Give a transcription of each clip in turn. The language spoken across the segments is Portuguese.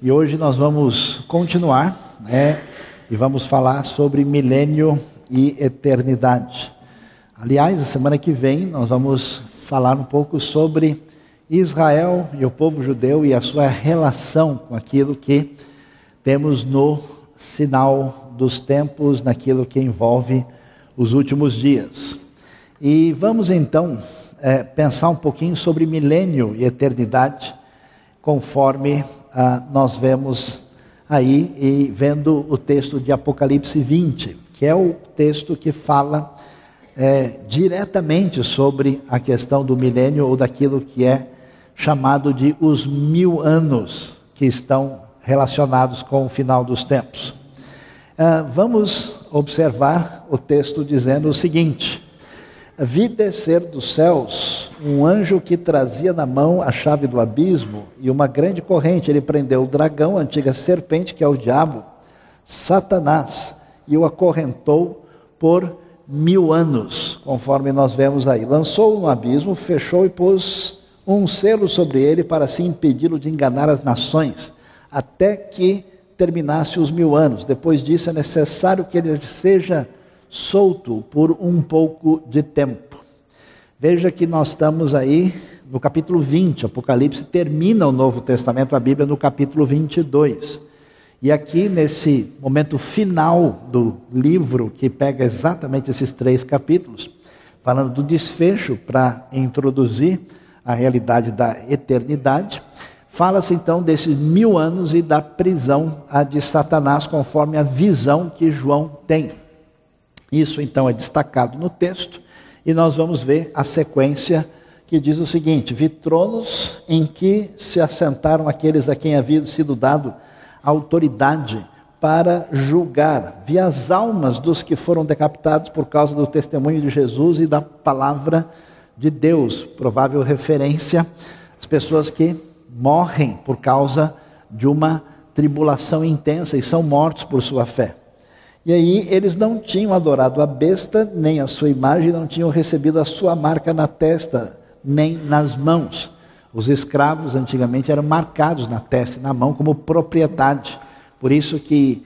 E hoje nós vamos continuar, e vamos falar sobre milênio e eternidade. Aliás, a semana que vem nós vamos falar um pouco sobre Israel e o povo judeu e a sua relação com aquilo que temos no sinal dos tempos, naquilo que envolve os últimos dias. E vamos então pensar um pouquinho sobre milênio e eternidade, conforme nós vemos aí e vendo o texto de Apocalipse 20, que é o texto que fala diretamente sobre a questão do milênio ou daquilo que é chamado de os 1000 anos que estão relacionados com o final dos tempos. Vamos observar o texto dizendo o seguinte: vi descer dos céus um anjo que trazia na mão a chave do abismo e uma grande corrente. Ele prendeu o dragão, a antiga serpente, que é o diabo, Satanás, e o acorrentou por 1000 anos, conforme nós vemos aí. Lançou-o no abismo, fechou e pôs um selo sobre ele para assim impedi-lo de enganar as nações, até que terminasse os 1000 anos. Depois disso é necessário que ele seja solto por um pouco de tempo. Veja que nós estamos aí no capítulo 20, Apocalipse termina o Novo Testamento, a Bíblia, no capítulo 22. E aqui nesse momento final do livro, que pega exatamente esses 3 capítulos, falando do desfecho para introduzir a realidade da eternidade, fala-se então desses 1000 anos e da prisão de Satanás, conforme a visão que João tem. Isso então é destacado no texto, e nós vamos ver a sequência que diz o seguinte: vi tronos em que se assentaram aqueles a quem havia sido dado autoridade para julgar. Vi as almas dos que foram decapitados por causa do testemunho de Jesus e da palavra de Deus. Provável referência às pessoas que morrem por causa de uma tribulação intensa e são mortos por sua fé. E aí eles não tinham adorado a besta, nem a sua imagem, não tinham recebido a sua marca na testa, nem nas mãos. Os escravos antigamente eram marcados na testa e na mão como propriedade. Por isso que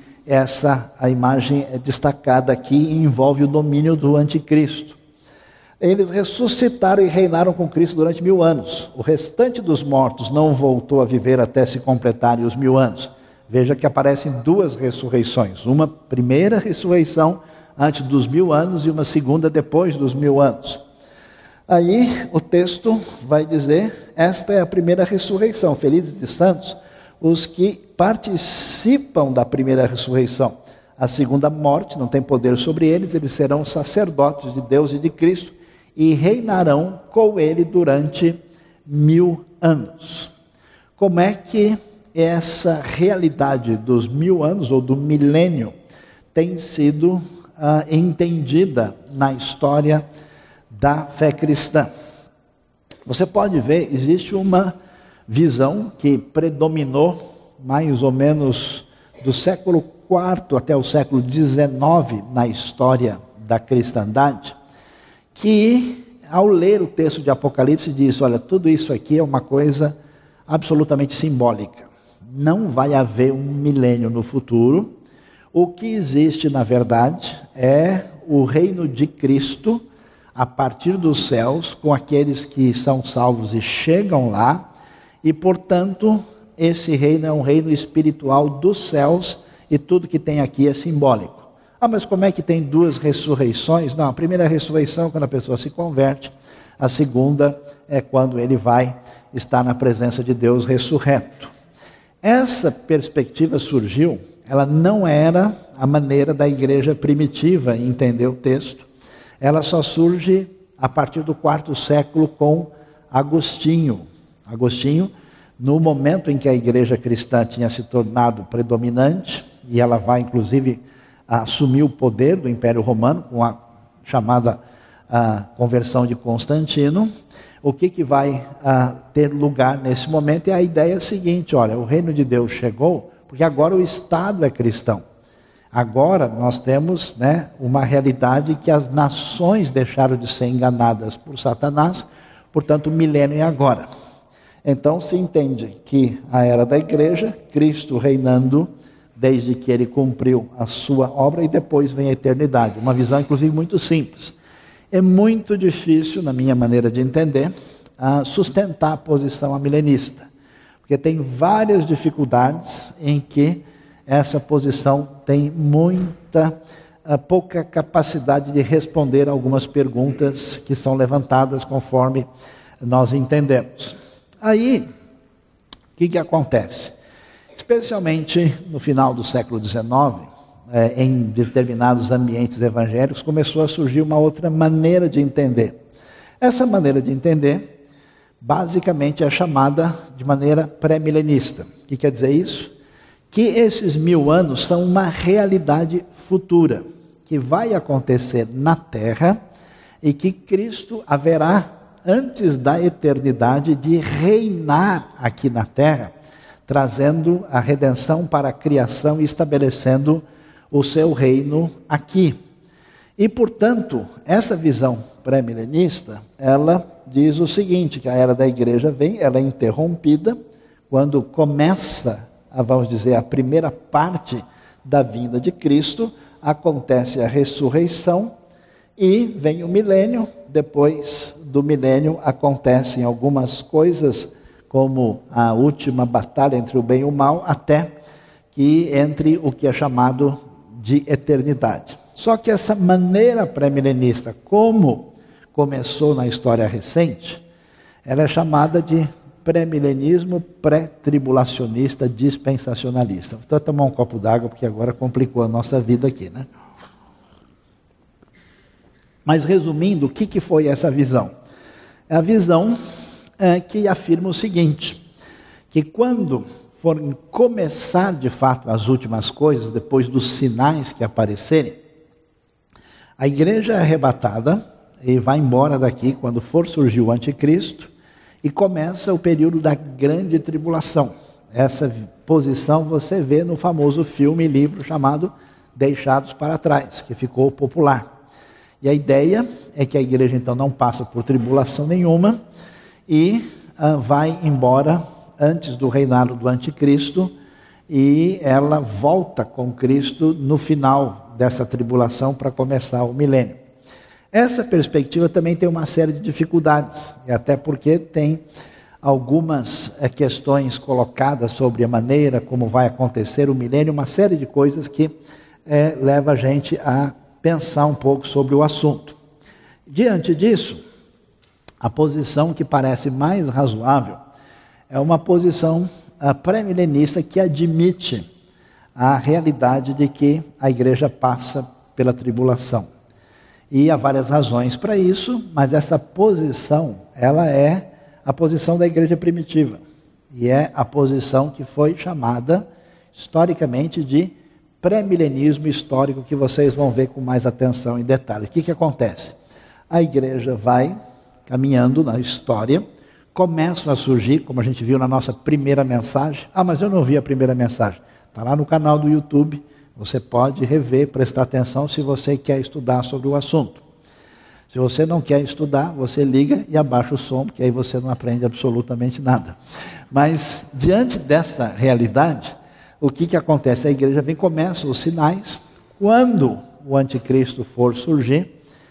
a imagem é destacada aqui e envolve o domínio do anticristo. Eles ressuscitaram e reinaram com Cristo durante 1000 anos. O restante dos mortos não voltou a viver até se completarem os 1000 anos. Veja que aparecem 2 ressurreições. Uma primeira ressurreição antes dos 1000 anos e uma segunda depois dos 1000 anos. Aí o texto vai dizer: esta é a primeira ressurreição. Felizes e santos os que participam da primeira ressurreição. A segunda morte não tem poder sobre eles, eles serão sacerdotes de Deus e de Cristo e reinarão com ele durante 1000 anos. Como é que essa realidade dos 1000 anos ou do milênio tem sido entendida na história da fé cristã? Você pode ver, existe uma visão que predominou mais ou menos do século IV até o século XIX na história da cristandade, que ao ler o texto de Apocalipse diz: olha, tudo isso aqui é uma coisa absolutamente simbólica. Não vai haver um milênio no futuro. O que existe, na verdade, é o reino de Cristo a partir dos céus, com aqueles que são salvos e chegam lá, e, portanto, esse reino é um reino espiritual dos céus, e tudo que tem aqui é simbólico. Mas como é que tem 2 ressurreições? Não, a primeira ressurreição é quando a pessoa se converte, a segunda é quando ele vai estar na presença de Deus ressurreto. Essa perspectiva surgiu, ela não era a maneira da igreja primitiva entender o texto. Ela só surge a partir do 4º século com Agostinho. Agostinho, no momento em que a igreja cristã tinha se tornado predominante, e ela vai inclusive assumir o poder do Império Romano, com a chamada conversão de Constantino, o que vai ter lugar nesse momento é a ideia seguinte: olha, o reino de Deus chegou, porque agora o Estado é cristão. Agora nós temos uma realidade que as nações deixaram de ser enganadas por Satanás, portanto o milênio é agora. Então se entende que a era da igreja, Cristo reinando desde que ele cumpriu a sua obra e depois vem a eternidade. Uma visão inclusive muito simples. É muito difícil, na minha maneira de entender, sustentar a posição amilenista, porque tem várias dificuldades em que essa posição tem pouca capacidade de responder a algumas perguntas que são levantadas conforme nós entendemos. Aí, o que acontece? Especialmente no final do século XIX, em determinados ambientes evangélicos, começou a surgir uma outra maneira de entender. Essa maneira de entender, basicamente, é chamada de maneira pré-milenista. O que quer dizer isso? Que esses 1000 anos são uma realidade futura, que vai acontecer na Terra e que Cristo haverá, antes da eternidade, de reinar aqui na Terra, trazendo a redenção para a criação e estabelecendo o seu reino aqui. E, portanto, essa visão pré-milenista, ela diz o seguinte, que a era da igreja vem, ela é interrompida quando começa, vamos dizer, a primeira parte da vinda de Cristo, acontece a ressurreição e vem o milênio. Depois do milênio acontecem algumas coisas, como a última batalha entre o bem e o mal, até que entre o que é chamado de eternidade. Só que essa maneira pré-milenista, como começou na história recente, ela é chamada de pré-milenismo pré-tribulacionista dispensacionalista. Vou tomar um copo d'água, porque agora complicou a nossa vida aqui, né? Mas resumindo, o que foi essa visão? É a visão que afirma o seguinte, que quando forem começar de fato as últimas coisas, depois dos sinais que aparecerem, a igreja é arrebatada e vai embora daqui quando for surgir o anticristo, e começa o período da grande tribulação. Essa posição você vê no famoso filme e livro chamado Deixados para Trás, que ficou popular. E a ideia é que a igreja então não passa por tribulação nenhuma e vai embora antes do reinado do anticristo, e ela volta com Cristo no final dessa tribulação para começar o milênio. Essa perspectiva também tem uma série de dificuldades, e até porque tem algumas questões colocadas sobre a maneira como vai acontecer o milênio, uma série de coisas que leva a gente a pensar um pouco sobre o assunto. Diante disso, a posição que parece mais razoável é uma posição pré-milenista que admite a realidade de que a igreja passa pela tribulação. E há várias razões para isso, mas essa posição, ela é a posição da igreja primitiva. E é a posição que foi chamada, historicamente, de pré-milenismo histórico, que vocês vão ver com mais atenção em detalhe. O que acontece? A igreja vai caminhando na história, começam a surgir, como a gente viu na nossa primeira mensagem. Mas eu não vi a primeira mensagem. Está lá no canal do YouTube. Você pode rever, prestar atenção se você quer estudar sobre o assunto. Se você não quer estudar, você liga e abaixa o som, porque aí você não aprende absolutamente nada. Mas, diante dessa realidade, o que acontece? A igreja vem, começa os sinais. Quando o anticristo for surgir,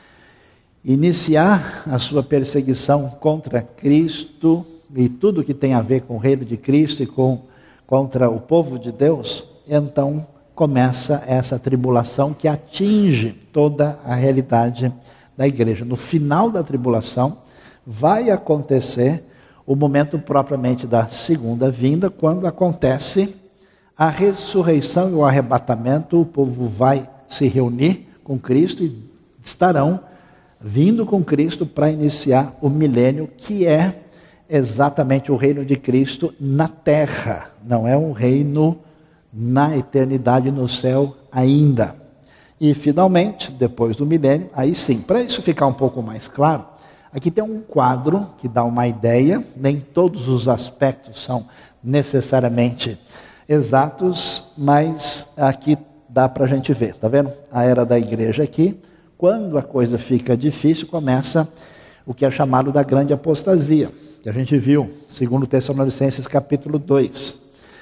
iniciar a sua perseguição contra Cristo e tudo que tem a ver com o reino de Cristo e contra o povo de Deus, então começa essa tribulação que atinge toda a realidade da igreja. No final da tribulação vai acontecer o momento propriamente da segunda vinda, quando acontece a ressurreição e o arrebatamento. O povo vai se reunir com Cristo e estarão vindo com Cristo para iniciar o milênio, que é exatamente o reino de Cristo na terra. Não é um reino na eternidade no céu ainda. E finalmente, depois do milênio, aí sim, para isso ficar um pouco mais claro, aqui tem um quadro que dá uma ideia, nem todos os aspectos são necessariamente exatos, mas aqui dá para a gente ver, tá vendo? A era da igreja aqui, quando a coisa fica difícil, começa o que é chamado da grande apostasia, que a gente viu, segundo Tessalonicenses capítulo 2.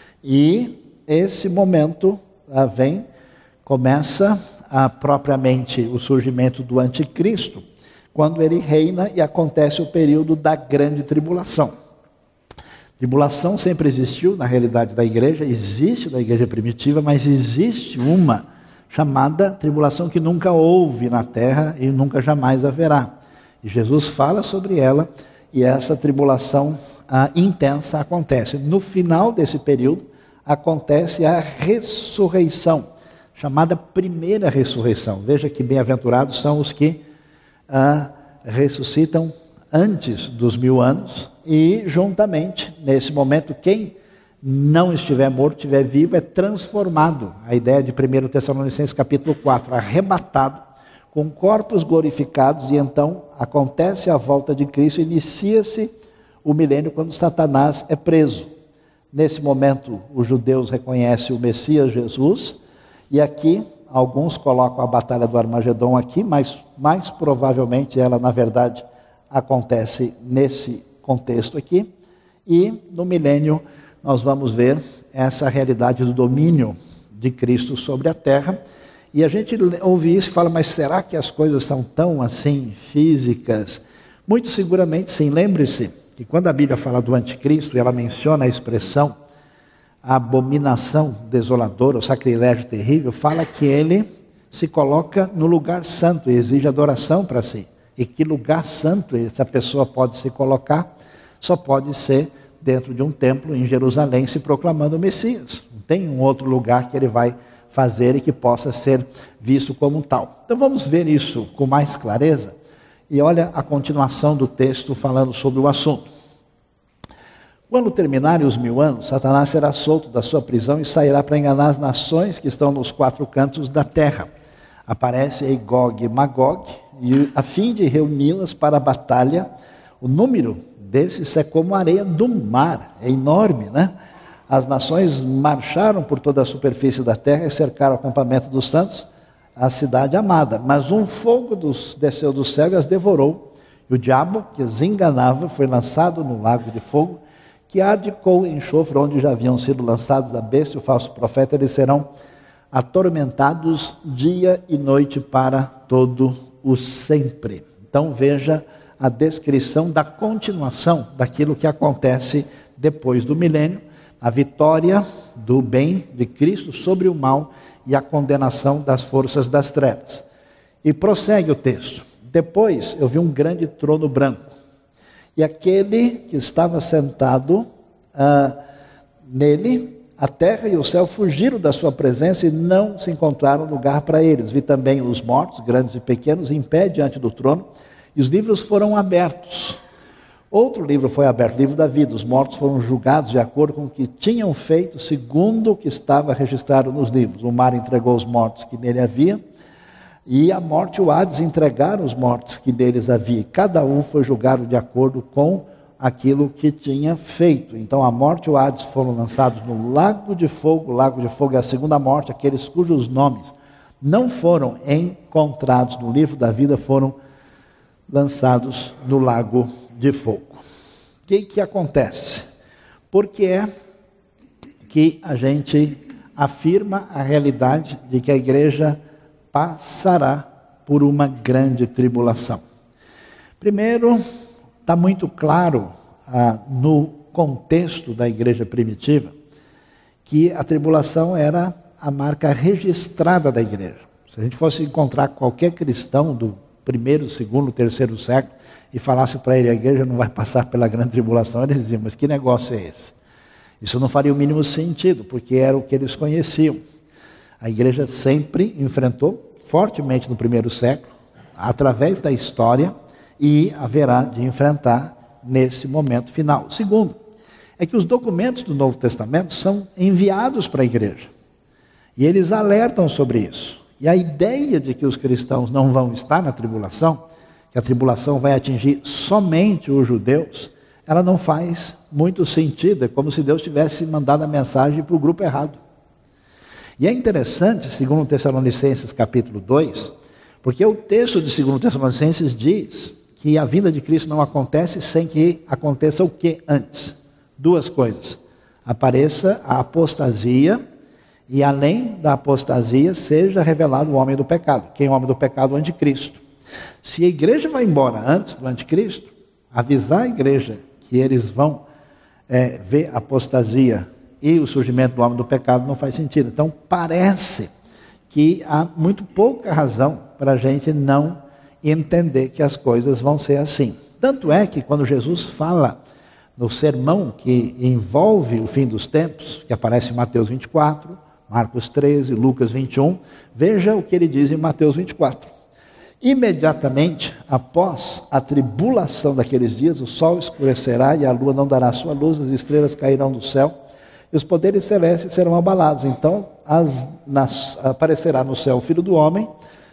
E esse momento começa propriamente o surgimento do anticristo, quando ele reina e acontece o período da grande tribulação. Tribulação sempre existiu na realidade da igreja, existe na igreja primitiva, mas existe uma chamada tribulação que nunca houve na terra e nunca jamais haverá. E Jesus fala sobre ela, e essa tribulação intensa acontece. No final desse período, acontece a ressurreição, chamada primeira ressurreição. Veja que bem-aventurados são os que ressuscitam antes dos 1000 anos, e juntamente, nesse momento, quem não estiver morto, estiver vivo, é transformado. A ideia de 1 Tessalonicenses capítulo 4, arrebatado, com corpos glorificados, e então acontece a volta de Cristo, inicia-se o milênio quando Satanás é preso. Nesse momento, os judeus reconhecem o Messias Jesus, e aqui alguns colocam a batalha do Armagedon aqui, mas mais provavelmente ela, na verdade, acontece nesse contexto aqui. E no milênio nós vamos ver essa realidade do domínio de Cristo sobre a terra. E a gente ouve isso e fala, mas será que as coisas são tão assim físicas? Muito seguramente sim. Lembre-se que quando a Bíblia fala do anticristo, ela menciona a expressão a abominação desoladora, o sacrilégio terrível, fala que ele se coloca no lugar santo e exige adoração para si. E que lugar santo essa pessoa pode se colocar? Só pode ser dentro de um templo em Jerusalém, se proclamando o Messias. Não tem um outro lugar que ele vai fazer e que possa ser visto como tal. Então vamos ver isso com mais clareza. E olha a continuação do texto falando sobre o assunto. Quando terminarem os 1000 anos, Satanás será solto da sua prisão e sairá para enganar as nações que estão nos 4 cantos da terra. Aparece aí Gog e Magog, e a fim de reuni-las para a batalha. O número desses é como a areia do mar, é enorme, né? As nações marcharam por toda a superfície da terra e cercaram o acampamento dos santos, a cidade amada. Mas um fogo desceu do céu e as devorou. E o diabo, que as enganava, foi lançado no lago de fogo, que arde com enxofre, onde já haviam sido lançados a besta e o falso profeta. Eles serão atormentados dia e noite para todo o sempre. Então veja a descrição da continuação daquilo que acontece depois do milênio, a vitória do bem de Cristo sobre o mal e a condenação das forças das trevas. E prossegue o texto. Depois eu vi um grande trono branco, e aquele que estava sentado nele, a terra e o céu fugiram da sua presença e não se encontraram lugar para eles. Vi também os mortos, grandes e pequenos, em pé diante do trono, e os livros foram abertos. Outro livro foi aberto, o livro da vida. Os mortos foram julgados de acordo com o que tinham feito, segundo o que estava registrado nos livros. O mar entregou os mortos que nele havia, e a morte e o Hades entregaram os mortos que neles havia. Cada um foi julgado de acordo com aquilo que tinha feito. Então a morte e o Hades foram lançados no lago de fogo. O lago de fogo é a segunda morte. Aqueles cujos nomes não foram encontrados no livro da vida foram lançados no lago de fogo. O que acontece? Porque é que a gente afirma a realidade de que a igreja passará por uma grande tribulação. Primeiro, está muito claro no contexto da igreja primitiva que a tribulação era a marca registrada da igreja. Se a gente fosse encontrar qualquer cristão do 1º, 2º, 3º século e falasse para ele, a igreja não vai passar pela grande tribulação, eles diziam, mas que negócio é esse? Isso não faria o mínimo sentido, porque era o que eles conheciam. A igreja sempre enfrentou fortemente no 1º século, através da história, e haverá de enfrentar nesse momento final. Segundo, é que os documentos do Novo Testamento são enviados para a igreja, e eles alertam sobre isso. E a ideia de que os cristãos não vão estar na tribulação, que a tribulação vai atingir somente os judeus, ela não faz muito sentido. É como se Deus tivesse mandado a mensagem para o grupo errado. E é interessante, segundo Tessalonicenses capítulo 2, porque o texto de 2 Tessalonicenses diz que a vinda de Cristo não acontece sem que aconteça o que antes? Duas coisas. Apareça a apostasia e além da apostasia seja revelado o homem do pecado. Quem é o homem do pecado? O anticristo. Se a igreja vai embora antes do anticristo, avisar a igreja que eles vão ver a apostasia e o surgimento do homem do pecado não faz sentido. Então parece que há muito pouca razão para a gente não entender que as coisas vão ser assim. Tanto é que quando Jesus fala no sermão que envolve o fim dos tempos, que aparece em Mateus 24, Marcos 13, Lucas 21, veja o que ele diz em Mateus 24. Imediatamente após a tribulação daqueles dias, o sol escurecerá e a lua não dará sua luz, as estrelas cairão do céu e os poderes celestes serão abalados. Então aparecerá no céu o Filho do Homem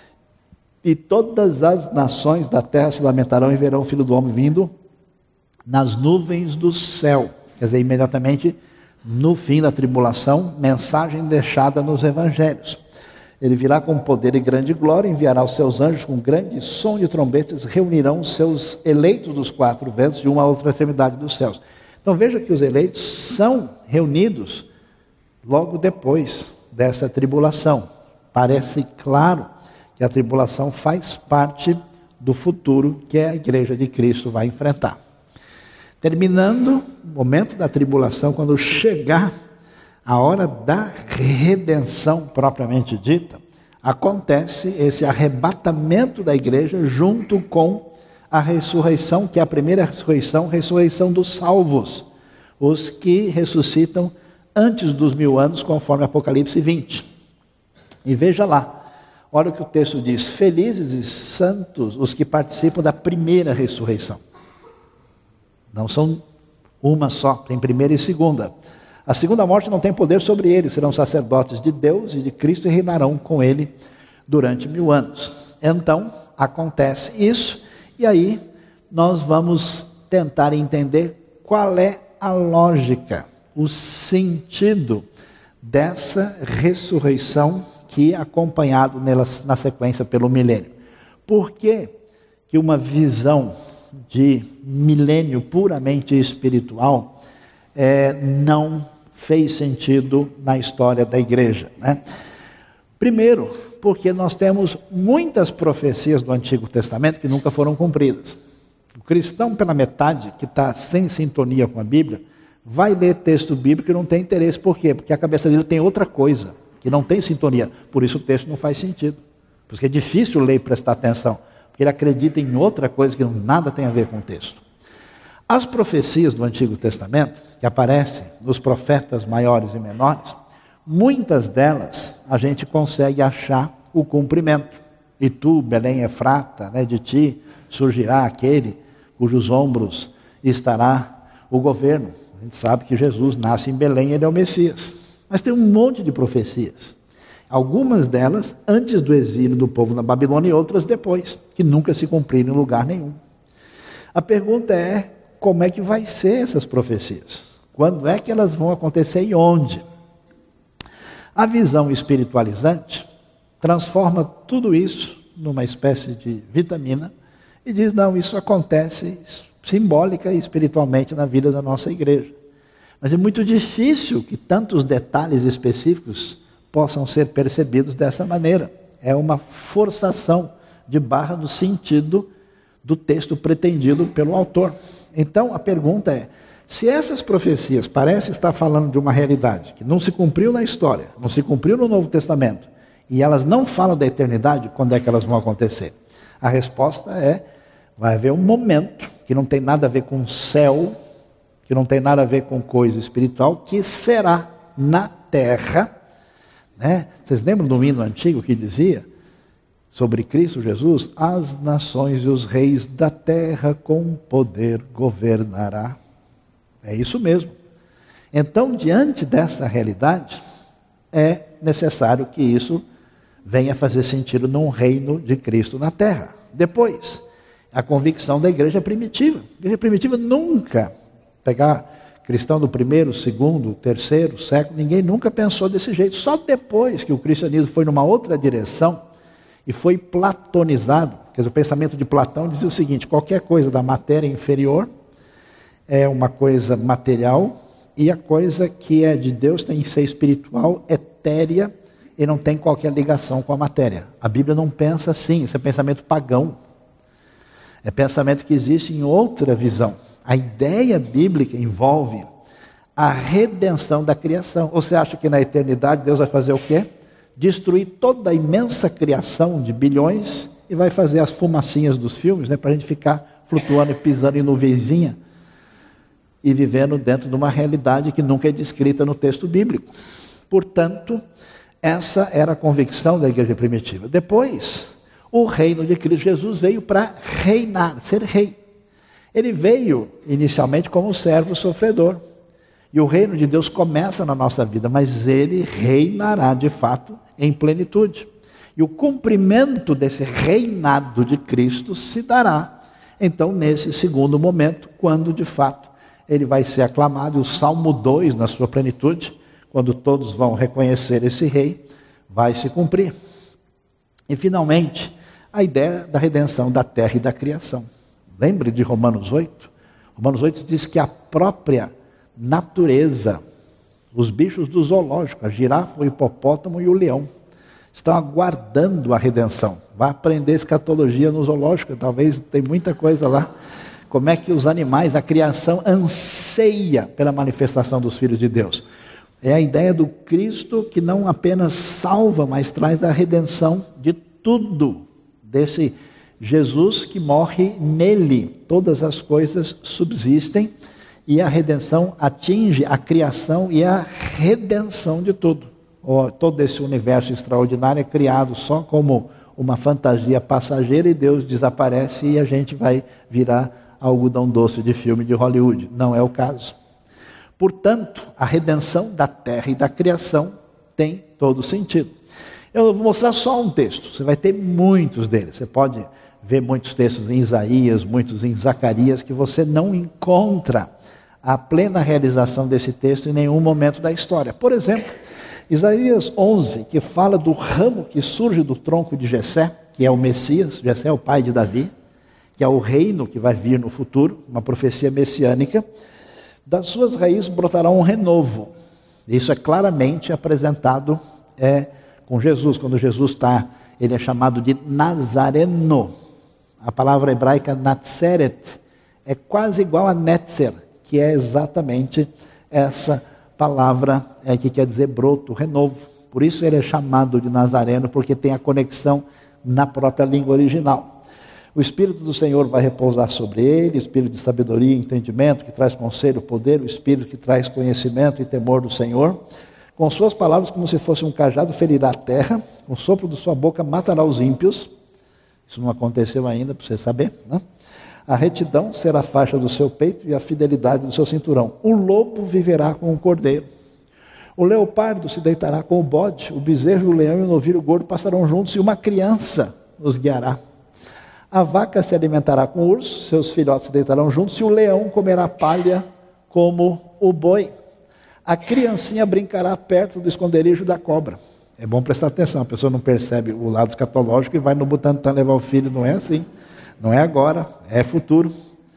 e todas as nações da terra se lamentarão e verão o Filho do Homem vindo nas nuvens do céu. Quer dizer, imediatamente no fim da tribulação, mensagem deixada nos evangelhos. Ele virá com poder e grande glória, enviará os seus anjos com grande som de trombetas, reunirão os seus eleitos dos quatro ventos de uma a outra extremidade dos céus. Então veja que os eleitos são reunidos logo depois dessa tribulação. Parece claro que a tribulação faz parte do futuro que a igreja de Cristo vai enfrentar. Terminando o momento da tribulação, quando chegar a hora da redenção propriamente dita, acontece esse arrebatamento da igreja junto com a ressurreição, que é a primeira ressurreição dos salvos, os que ressuscitam antes dos 1000 anos, conforme Apocalipse 20. E veja lá, olha o que o texto diz: felizes e santos os que participam da primeira ressurreição. Não são uma só, tem primeira e segunda. A segunda morte não tem poder sobre eles, serão sacerdotes de Deus e de Cristo e reinarão com ele durante 1000 anos. Então, acontece isso, e aí nós vamos tentar entender qual é a lógica, o sentido dessa ressurreição que é acompanhado na sequência pelo milênio. Por que que uma visão de milênio puramente espiritual não fez sentido na história da igreja, né? Primeiro, porque nós temos muitas profecias do Antigo Testamento que nunca foram cumpridas. O cristão pela metade, que está sem sintonia com a Bíblia, vai ler texto bíblico e não tem interesse. Por quê? Porque a cabeça dele tem outra coisa, que não tem sintonia. Por isso o texto não faz sentido. Porque é difícil ler e prestar atenção. Porque ele acredita em outra coisa que nada tem a ver com o texto. As profecias do Antigo Testamento, que aparecem nos profetas maiores e menores, muitas delas a gente consegue achar o cumprimento. E tu, Belém Efrata, de ti surgirá aquele cujos ombros estará o governo. A gente sabe que Jesus nasce em Belém, ele é o Messias. Mas tem um monte de profecias. Algumas delas antes do exílio do povo na Babilônia e outras depois, que nunca se cumpriram em lugar nenhum. A pergunta é, como é que vai ser essas profecias? Quando é que elas vão acontecer e onde? A visão espiritualizante transforma tudo isso numa espécie de vitamina e diz, não, isso acontece simbólica e espiritualmente na vida da nossa igreja. Mas é muito difícil que tantos detalhes específicos possam ser percebidos dessa maneira. É uma forçação de barra no sentido do texto pretendido pelo autor. Então a pergunta é, se essas profecias parecem estar falando de uma realidade que não se cumpriu na história, não se cumpriu no Novo Testamento, e elas não falam da eternidade, quando é que elas vão acontecer? A resposta é, vai haver um momento que não tem nada a ver com céu, que não tem nada a ver com coisa espiritual, que será na terra, né? Vocês lembram do hino antigo que dizia sobre Cristo Jesus? As nações e os reis da terra com poder governará. É isso mesmo. Então, diante dessa realidade, é necessário que isso venha fazer sentido num reino de Cristo na terra. Depois, a convicção da igreja primitiva. A igreja primitiva nunca, pegar cristão do 1º, 2º, 3º século, ninguém nunca pensou desse jeito. Só depois que o cristianismo foi numa outra direção, e foi platonizado. Quer dizer, o pensamento de Platão dizia o seguinte: qualquer coisa da matéria inferior é uma coisa material, e a coisa que é de Deus tem que ser espiritual, etérea, e não tem qualquer ligação com a matéria. A Bíblia não pensa assim, isso é pensamento pagão. É pensamento que existe em outra visão. A ideia bíblica envolve a redenção da criação. Você acha que na eternidade Deus vai fazer o quê? Destruir toda a imensa criação de bilhões e vai fazer as fumacinhas dos filmes, né, para a gente ficar flutuando e pisando em nuvenzinha e vivendo dentro de uma realidade que nunca é descrita no texto bíblico. Portanto, essa era a convicção da igreja primitiva. Depois, o reino de Cristo Jesus veio para reinar, ser rei. Ele veio inicialmente como servo sofredor. E o reino de Deus começa na nossa vida, mas ele reinará de fato em plenitude. E o cumprimento desse reinado de Cristo se dará, então, nesse segundo momento, quando de fato ele vai ser aclamado. E o Salmo 2, na sua plenitude, quando todos vão reconhecer esse rei, vai se cumprir. E finalmente, a ideia da redenção da terra e da criação. Lembre de Romanos 8? Romanos 8 diz que a própria natureza, os bichos do zoológico, a girafa, o hipopótamo e o leão, estão aguardando a redenção. Vai aprender escatologia no zoológico, talvez tem muita coisa lá. Como é que os animais, a criação anseia pela manifestação dos filhos de Deus. É a ideia do Cristo que não apenas salva, mas traz a redenção de tudo. Desse Jesus que morre nele, todas as coisas subsistem, e a redenção atinge a criação e a redenção de tudo. Todo esse universo extraordinário é criado só como uma fantasia passageira e Deus desaparece e a gente vai virar algodão doce de filme de Hollywood. Não é o caso. Portanto, a redenção da terra e da criação tem todo sentido. Eu vou mostrar só um texto, você vai ter muitos deles. Você pode ver muitos textos em Isaías, muitos em Zacarias, que você não encontra a plena realização desse texto em nenhum momento da história. Por exemplo, Isaías 11, que fala do ramo que surge do tronco de Jessé, que é o Messias. Jessé é o pai de Davi, que é o reino que vai vir no futuro, uma profecia messiânica. Das suas raízes brotará um renovo. Isso é claramente apresentado com Jesus. Quando Jesus ele é chamado de Nazareno. A palavra hebraica Natseret é quase igual a Netzer, que é exatamente essa palavra que quer dizer broto, renovo. Por isso ele é chamado de Nazareno, porque tem a conexão na própria língua original. O Espírito do Senhor vai repousar sobre ele, Espírito de sabedoria e entendimento, que traz conselho, poder, o Espírito que traz conhecimento e temor do Senhor. Com suas palavras, como se fosse um cajado, ferirá a terra, com o sopro de sua boca matará os ímpios. Isso não aconteceu ainda, para você saber, né? A retidão será a faixa do seu peito e a fidelidade do seu cinturão. O lobo viverá com o cordeiro. O leopardo se deitará com o bode, o bezerro, o leão e o novilho gordo passarão juntos, e uma criança os guiará. A vaca se alimentará com o urso, seus filhotes se deitarão juntos, e o leão comerá palha como o boi. A criancinha brincará perto do esconderijo da cobra. É bom prestar atenção, a pessoa não percebe o lado escatológico e vai no Butantã levar o filho. Não é assim, não é agora, é futuro.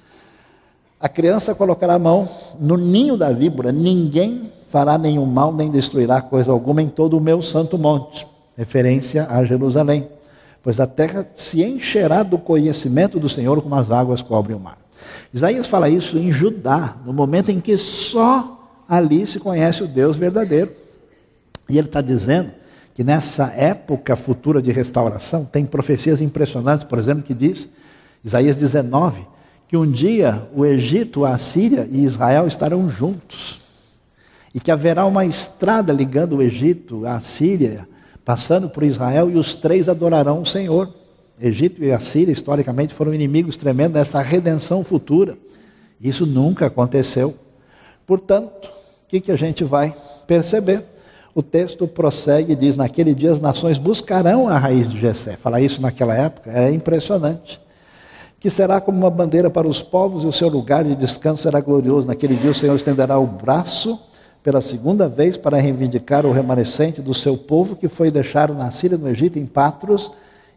A criança colocará a mão no ninho da víbora, ninguém fará nenhum mal, nem destruirá coisa alguma em todo o meu santo monte. Referência a Jerusalém. Pois a terra se encherá do conhecimento do Senhor como as águas cobrem o mar. Isaías fala isso em Judá, no momento em que só ali se conhece o Deus verdadeiro. E ele está dizendo que nessa época futura de restauração, tem profecias impressionantes, por exemplo, que diz, Isaías 19, que um dia o Egito, a Assíria e Israel estarão juntos. E que haverá uma estrada ligando o Egito, a Assíria, passando por Israel, e os três adorarão o Senhor. Egito e Assíria, historicamente, foram inimigos tremendos dessa redenção futura. Isso nunca aconteceu. Portanto, o que a gente vai perceber? O texto prossegue e diz, naquele dia as nações buscarão a raiz de Jessé. Falar isso naquela época é impressionante. Que será como uma bandeira para os povos, e o seu lugar de descanso será glorioso. Naquele dia o Senhor estenderá o braço pela segunda vez para reivindicar o remanescente do seu povo, que foi deixado na Síria, no Egito, em Patros,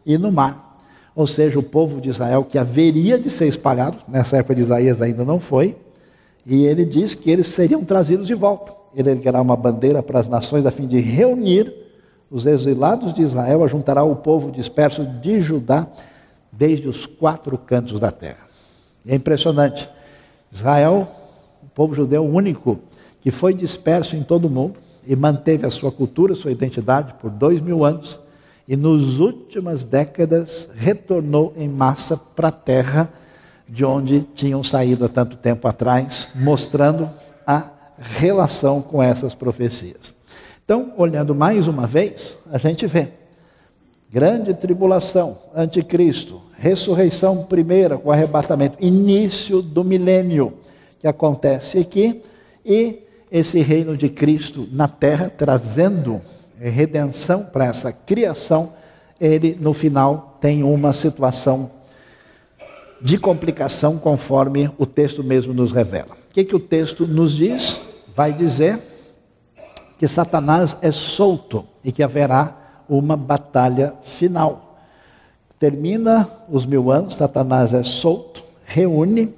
e no mar. Ou seja, o povo de Israel que haveria de ser espalhado, nessa época de Isaías ainda não foi, e ele diz que eles seriam trazidos de volta. Ele erguerá uma bandeira para as nações a fim de reunir os exilados de Israel, ajuntará o povo disperso de Judá desde os 4 cantos da terra. É impressionante. Israel, o povo judeu único que foi disperso em todo o mundo e manteve a sua cultura, sua identidade por 2000 anos, e nas últimas décadas retornou em massa para a terra de onde tinham saído há tanto tempo atrás, mostrando a relação com essas profecias. Então, olhando mais uma vez, a gente vê grande tribulação, anticristo, ressurreição primeira com arrebatamento, início do milênio que acontece aqui, e esse reino de Cristo na terra, trazendo redenção para essa criação, ele no final tem uma situação de complicação conforme o texto mesmo nos revela. O que o texto nos diz? Vai dizer que Satanás é solto e que haverá uma batalha final. Termina os 1000 anos, Satanás é solto, reúne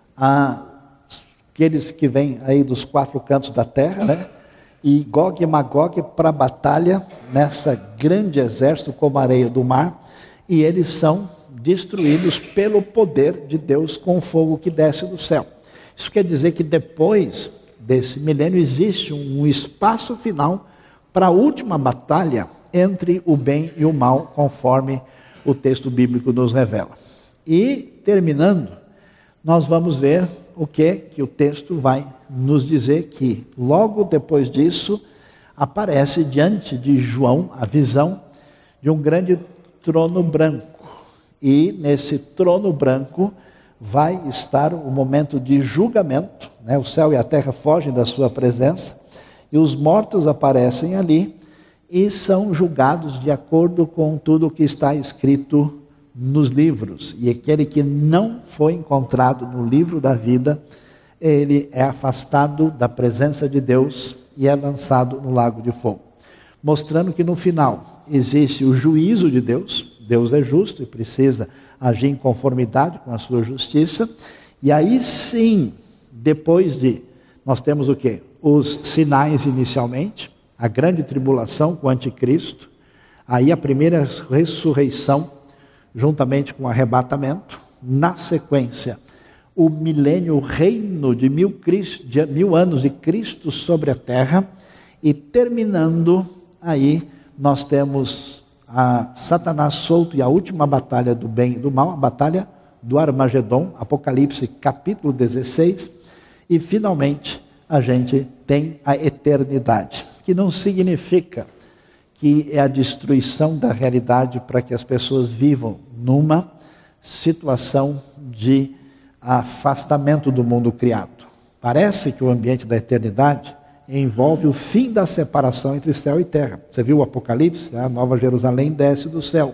aqueles que vêm aí dos 4 cantos da terra, né? E Gog e Magog para a batalha nessa grande exército como a areia do mar, e eles são destruídos pelo poder de Deus com o fogo que desce do céu. Isso quer dizer que depois desse milênio existe um espaço final para a última batalha entre o bem e o mal, conforme o texto bíblico nos revela. E terminando, nós vamos ver o que o texto vai nos dizer, que logo depois disso aparece diante de João a visão de um grande trono branco, e nesse trono branco vai estar o momento de julgamento, né? O céu e a terra fogem da sua presença, e os mortos aparecem ali e são julgados de acordo com tudo o que está escrito nos livros. E aquele que não foi encontrado no livro da vida, ele é afastado da presença de Deus e é lançado no lago de fogo. Mostrando que no final existe o juízo de Deus. Deus é justo e precisa agir em conformidade com a sua justiça. E aí sim, depois de, nós temos o quê? Os sinais inicialmente, a grande tribulação com o anticristo, aí a primeira ressurreição, juntamente com o arrebatamento, na sequência, o milênio, o reino de 1000 anos de Cristo sobre a terra, e terminando aí, nós temos a Satanás solto e a última batalha do bem e do mal, a batalha do Armagedon, Apocalipse capítulo 16, e finalmente a gente tem a eternidade, que não significa que é a destruição da realidade para que as pessoas vivam numa situação de afastamento do mundo criado. Parece que o ambiente da eternidade envolve o fim da separação entre céu e terra. Você viu o Apocalipse? A Nova Jerusalém desce do céu.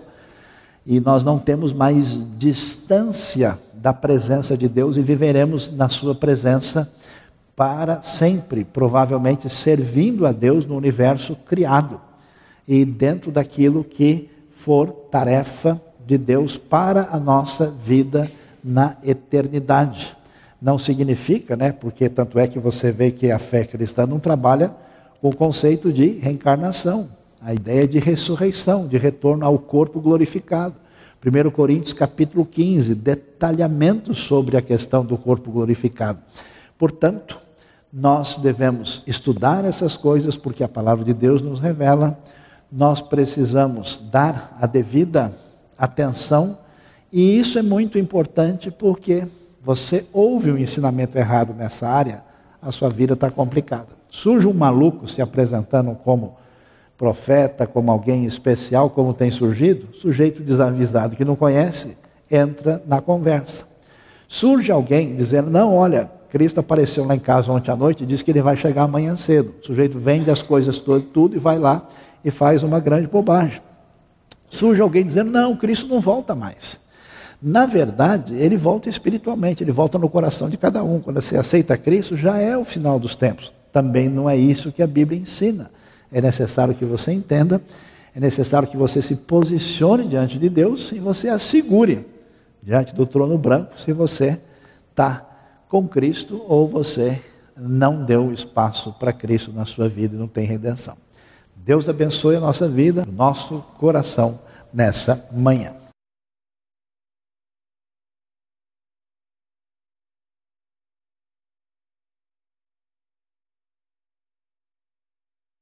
E nós não temos mais distância da presença de Deus e viveremos na sua presença para sempre, provavelmente servindo a Deus no universo criado e dentro daquilo que for tarefa de Deus para a nossa vida na eternidade. Não significa, porque tanto é que você vê que a fé cristã não trabalha com o conceito de reencarnação, a ideia de ressurreição, de retorno ao corpo glorificado. 1 Coríntios capítulo 15, detalhamento sobre a questão do corpo glorificado. Portanto, nós devemos estudar essas coisas porque a palavra de Deus nos revela. Nós precisamos dar a devida atenção, e isso é muito importante porque você ouve um ensinamento errado nessa área, a sua vida está complicada. Surge um maluco se apresentando como profeta, como alguém especial, como tem surgido, sujeito desavisado que não conhece, entra na conversa. Surge alguém dizendo, não, olha, Cristo apareceu lá em casa ontem à noite e disse que ele vai chegar amanhã cedo. O sujeito vende as coisas todas, tudo, e vai lá e faz uma grande bobagem. Surge alguém dizendo, não, Cristo não volta mais. Na verdade, ele volta espiritualmente, ele volta no coração de cada um. Quando você aceita Cristo, já é o final dos tempos. Também não é isso que a Bíblia ensina. É necessário que você entenda é necessário que você se posicione diante de Deus e você assegure diante do trono branco se você está com Cristo ou você não deu espaço para Cristo na sua vida e não tem redenção. Deus abençoe a nossa vida, o nosso coração nessa manhã.